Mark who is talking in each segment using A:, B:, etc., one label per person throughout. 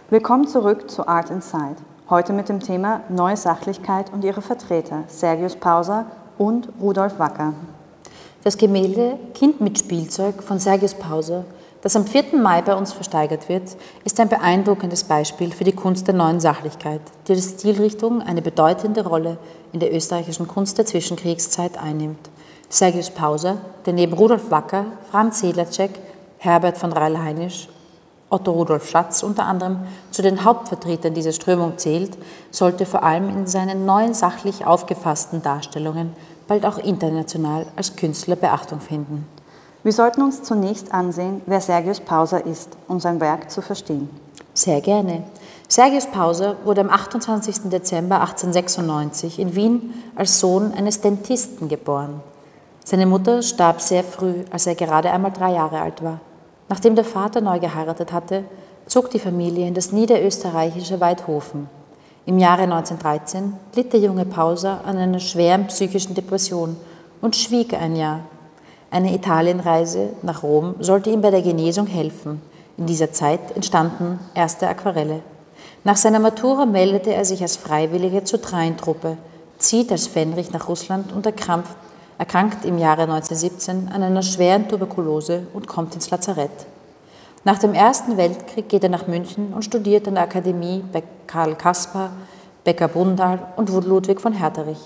A: Willkommen zurück zu Art Inside. Heute mit dem Thema Neue Sachlichkeit und ihre Vertreter Sergius Pauser und Rudolf Wacker.
B: Das Gemälde Kind mit Spielzeug von Sergius Pauser, das am 4. Mai bei uns versteigert wird, ist ein beeindruckendes Beispiel für die Kunst der neuen Sachlichkeit, die der Stilrichtung eine bedeutende Rolle in der österreichischen Kunst der Zwischenkriegszeit einnimmt. Sergius Pauser, der neben Rudolf Wacker, Franz Sedlacek, Herbert von Reil-Heinisch, Otto Rudolf Schatz unter anderem zu den Hauptvertretern dieser Strömung zählt, sollte vor allem in seinen neuen sachlich aufgefassten Darstellungen bald auch international als Künstler Beachtung finden.
A: Wir sollten uns zunächst ansehen, wer Sergius Pauser ist, um sein Werk zu verstehen.
B: Sehr gerne. Sergius Pauser wurde am 28. Dezember 1896 in Wien als Sohn eines Dentisten geboren. Seine Mutter starb sehr früh, als er gerade einmal 3 Jahre alt war. Nachdem der Vater neu geheiratet hatte, zog die Familie in das niederösterreichische Weidhofen. Im Jahre 1913 litt der junge Pauser an einer schweren psychischen Depression und schwieg ein Jahr. Eine Italienreise nach Rom sollte ihm bei der Genesung helfen. In dieser Zeit entstanden erste Aquarelle. Nach seiner Matura meldete er sich als Freiwilliger zur Train-Truppe, zieht als Fähnrich nach Russland und erkrankt im Jahre 1917 an einer schweren Tuberkulose und kommt ins Lazarett. Nach dem Ersten Weltkrieg geht er nach München und studiert an der Akademie bei Karl Caspar, Becker Bundal und Ludwig von Herderich.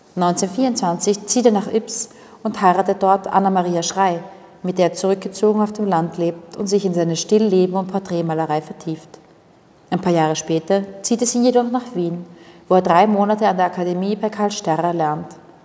B: 1924 zieht er nach Yps und heiratet dort Anna-Maria Schrey, mit der er zurückgezogen auf dem Land lebt und sich in seine Stillleben und Porträtmalerei vertieft. Ein paar Jahre später zieht es ihn jedoch nach Wien, wo er 3 Monate an der Akademie bei Karl Sterrer lernt.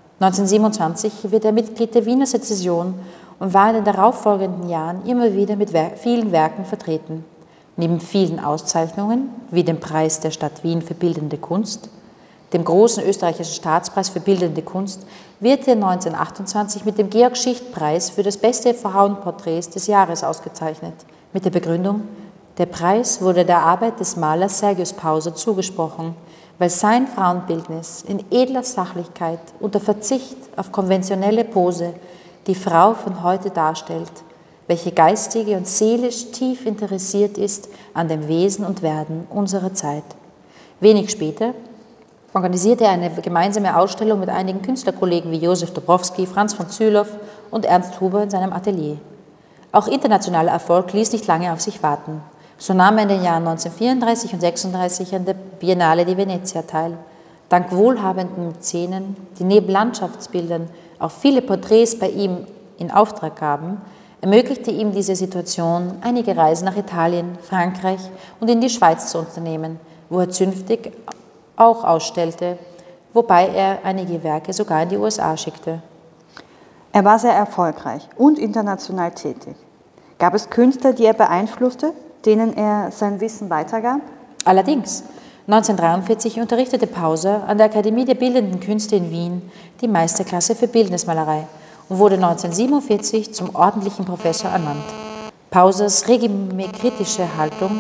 B: 1927 wird er Mitglied der Wiener Sezession und war in den darauffolgenden Jahren immer wieder mit vielen Werken vertreten. Neben vielen Auszeichnungen, wie dem Preis der Stadt Wien für Bildende Kunst, dem großen österreichischen Staatspreis für Bildende Kunst, wird er 1928 mit dem Georg-Schicht-Preis für das beste Frauenporträt des Jahres ausgezeichnet, mit der Begründung, der Preis wurde der Arbeit des Malers Sergius Pauser zugesprochen, weil sein Frauenbildnis in edler Sachlichkeit unter Verzicht auf konventionelle Pose die Frau von heute darstellt, welche geistige und seelisch tief interessiert ist an dem Wesen und Werden unserer Zeit. Wenig später organisierte er eine gemeinsame Ausstellung mit einigen Künstlerkollegen wie Josef Dobrowski, Franz von Zülow und Ernst Huber in seinem Atelier. Auch internationaler Erfolg ließ nicht lange auf sich warten. So nahm er in den Jahren 1934 und 1936 an der Biennale di Venezia teil. Dank wohlhabenden Mäzenen, die neben Landschaftsbildern auch viele Porträts bei ihm in Auftrag gaben, ermöglichte ihm diese Situation, einige Reisen nach Italien, Frankreich und in die Schweiz zu unternehmen, wo er zünftig auch ausstellte, wobei er einige Werke sogar in die USA schickte.
A: Er war sehr erfolgreich und international tätig. Gab es Künstler, die er beeinflusste, denen er sein Wissen weitergab?
B: Allerdings. 1943 unterrichtete Pauser an der Akademie der Bildenden Künste in Wien die Meisterklasse für Bildnismalerei und wurde 1947 zum ordentlichen Professor ernannt. Pausers regimekritische Haltung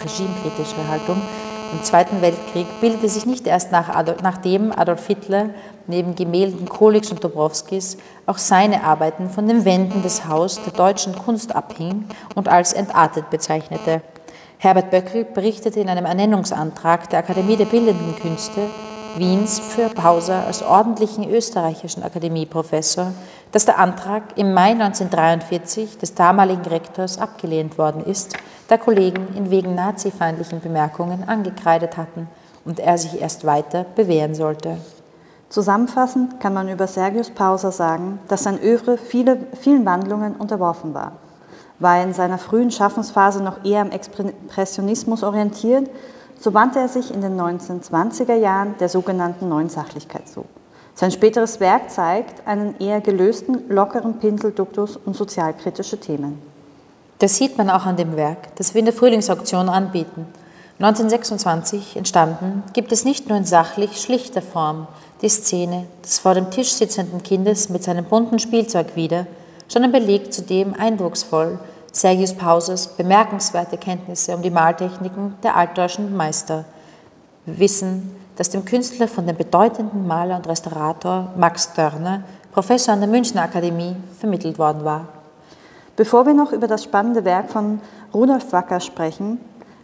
B: im Zweiten Weltkrieg bildete sich nicht erst nachdem Adolf Hitler neben Gemälden Kohligs und Dobrowskis auch seine Arbeiten von den Wänden des Haus der deutschen Kunst abhing und als entartet bezeichnete. Herbert Böckel berichtete in einem Ernennungsantrag der Akademie der Bildenden Künste Wiens für Pauser als ordentlichen österreichischen Akademieprofessor, dass der Antrag im Mai 1943 des damaligen Rektors abgelehnt worden ist, da Kollegen ihn wegen nazifeindlichen Bemerkungen angekreidet hatten und er sich erst weiter bewähren sollte.
A: Zusammenfassend kann man über Sergius Pauser sagen, dass sein Œuvre vielen Wandlungen unterworfen war. War er in seiner frühen Schaffensphase noch eher am Expressionismus orientiert, so wandte er sich in den 1920er Jahren der sogenannten Neuen Sachlichkeit zu. Sein späteres Werk zeigt einen eher gelösten, lockeren Pinselduktus und sozialkritische Themen.
B: Das sieht man auch an dem Werk, das wir in der Frühlingsauktion anbieten. 1926 entstanden, gibt es nicht nur in sachlich schlichter Form die Szene des vor dem Tisch sitzenden Kindes mit seinem bunten Spielzeug wieder, sondern belegt zudem eindrucksvoll Sergius Pausers bemerkenswerte Kenntnisse um die Maltechniken der altdeutschen Meister. Wir wissen, dass dem Künstler von dem bedeutenden Maler und Restaurator Max Dörner, Professor an der Münchner Akademie, vermittelt worden war.
A: Bevor wir noch über das spannende Werk von Rudolf Wacker sprechen,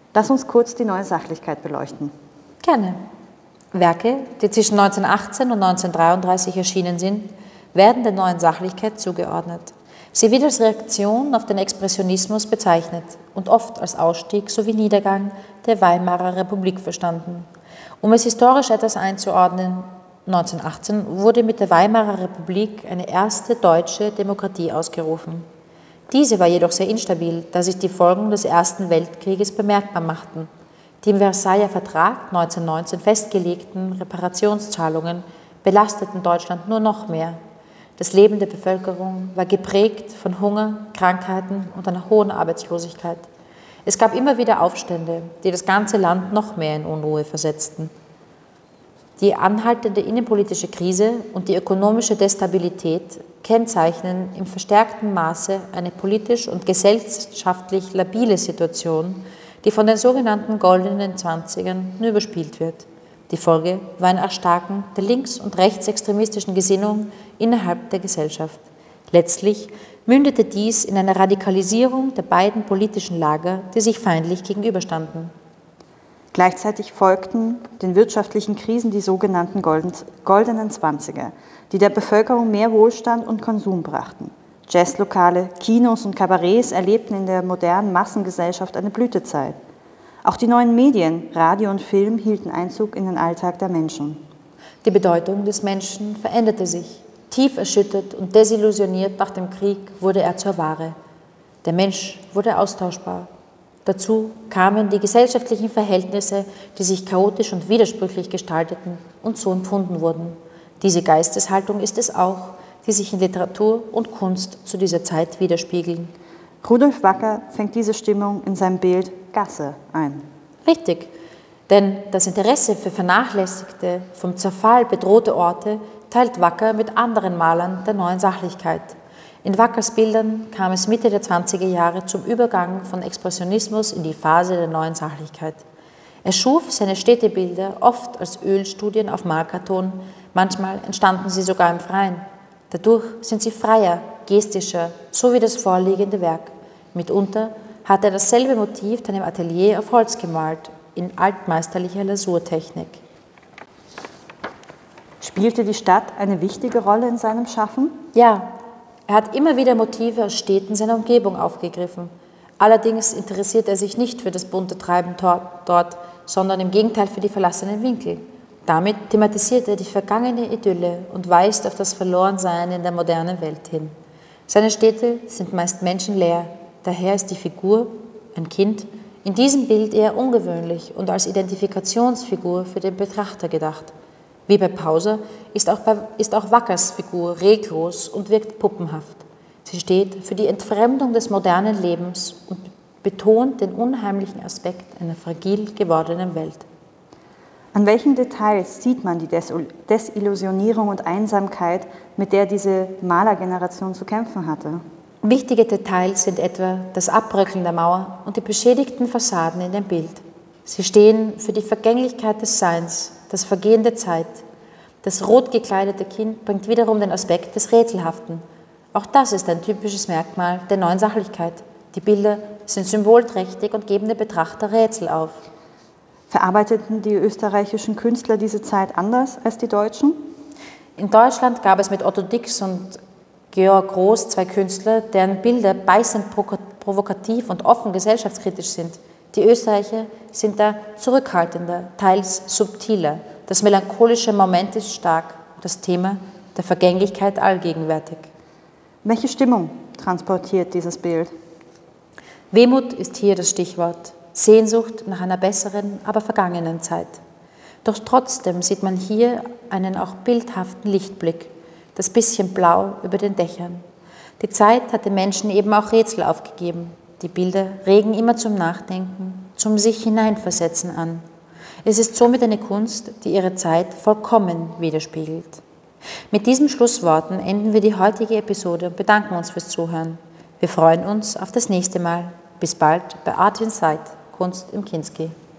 A: Lass uns kurz die neue Sachlichkeit beleuchten.
B: Gerne. Werke, die zwischen 1918 und 1933 erschienen sind, werden der neuen Sachlichkeit zugeordnet. Sie wird als Reaktion auf den Expressionismus bezeichnet und oft als Ausstieg sowie Niedergang der Weimarer Republik verstanden. Um es historisch etwas einzuordnen, 1918 wurde mit der Weimarer Republik eine erste deutsche Demokratie ausgerufen. Diese war jedoch sehr instabil, da sich die Folgen des Ersten Weltkrieges bemerkbar machten. Die im Versailler Vertrag 1919 festgelegten Reparationszahlungen belasteten Deutschland nur noch mehr. Das Leben der Bevölkerung war geprägt von Hunger, Krankheiten und einer hohen Arbeitslosigkeit. Es gab immer wieder Aufstände, die das ganze Land noch mehr in Unruhe versetzten. Die anhaltende innenpolitische Krise und die ökonomische Destabilität kennzeichnen im verstärkten Maße eine politisch und gesellschaftlich labile Situation, die von den sogenannten goldenen Zwanzigern nur überspielt wird. Die Folge war ein Erstarken der links- und rechtsextremistischen Gesinnung innerhalb der Gesellschaft. Letztlich mündete dies in einer Radikalisierung der beiden politischen Lager, die sich feindlich gegenüberstanden.
A: Gleichzeitig folgten den wirtschaftlichen Krisen die sogenannten goldenen Zwanziger, die der Bevölkerung mehr Wohlstand und Konsum brachten. Jazzlokale, Kinos und Kabarets erlebten in der modernen Massengesellschaft eine Blütezeit. Auch die neuen Medien, Radio und Film, hielten Einzug in den Alltag der Menschen.
B: Die Bedeutung des Menschen veränderte sich. Tief erschüttert und desillusioniert nach dem Krieg wurde er zur Ware. Der Mensch wurde austauschbar. Dazu kamen die gesellschaftlichen Verhältnisse, die sich chaotisch und widersprüchlich gestalteten und so empfunden wurden. Diese Geisteshaltung ist es auch, die sich in Literatur und Kunst zu dieser Zeit widerspiegeln.
A: Rudolf Wacker fängt diese Stimmung in seinem Bild Gasse ein.
B: Richtig, denn das Interesse für vernachlässigte, vom Zerfall bedrohte Orte teilt Wacker mit anderen Malern der neuen Sachlichkeit. In Wackers Bildern kam es Mitte der 20er Jahre zum Übergang von Expressionismus in die Phase der neuen Sachlichkeit. Er schuf seine Städtebilder oft als Ölstudien auf Markerton, manchmal entstanden sie sogar im Freien. Dadurch sind sie freier, gestischer, so wie das vorliegende Werk. Mitunter hat er dasselbe Motiv dann im Atelier auf Holz gemalt, in altmeisterlicher Lasurtechnik.
A: Spielte die Stadt eine wichtige Rolle in seinem Schaffen?
B: Ja, er hat immer wieder Motive aus Städten seiner Umgebung aufgegriffen. Allerdings interessiert er sich nicht für das bunte Treiben dort, sondern im Gegenteil für die verlassenen Winkel. Damit thematisiert er die vergangene Idylle und weist auf das Verlorensein in der modernen Welt hin. Seine Städte sind meist menschenleer, daher ist die Figur, ein Kind, in diesem Bild eher ungewöhnlich und als Identifikationsfigur für den Betrachter gedacht. Wie bei Pauser ist auch Wackers Figur reglos und wirkt puppenhaft. Sie steht für die Entfremdung des modernen Lebens und betont den unheimlichen Aspekt einer fragil gewordenen Welt.
A: An welchen Details sieht man die Desillusionierung und Einsamkeit, mit der diese Malergeneration zu kämpfen hatte?
B: Wichtige Details sind etwa das Abbröckeln der Mauer und die beschädigten Fassaden in dem Bild. Sie stehen für die Vergänglichkeit des Seins, das Vergehen der Zeit. Das rot gekleidete Kind bringt wiederum den Aspekt des Rätselhaften. Auch das ist ein typisches Merkmal der neuen Sachlichkeit. Die Bilder sind symbolträchtig und geben dem Betrachter Rätsel auf.
A: Verarbeiteten die österreichischen Künstler diese Zeit anders als die Deutschen?
B: In Deutschland gab es mit Otto Dix und Georg Groß zwei Künstler, deren Bilder beißend provokativ und offen gesellschaftskritisch sind. Die Österreicher sind da zurückhaltender, teils subtiler. Das melancholische Moment ist stark, das Thema der Vergänglichkeit allgegenwärtig.
A: Welche Stimmung transportiert dieses Bild?
B: Wehmut ist hier das Stichwort. Sehnsucht nach einer besseren, aber vergangenen Zeit. Doch trotzdem sieht man hier einen auch bildhaften Lichtblick, das bisschen Blau über den Dächern. Die Zeit hat den Menschen eben auch Rätsel aufgegeben. Die Bilder regen immer zum Nachdenken, zum sich hineinversetzen an. Es ist somit eine Kunst, die ihre Zeit vollkommen widerspiegelt. Mit diesen Schlussworten enden wir die heutige Episode und bedanken uns fürs Zuhören. Wir freuen uns auf das nächste Mal. Bis bald bei Art Inside, Kunst im Kinski.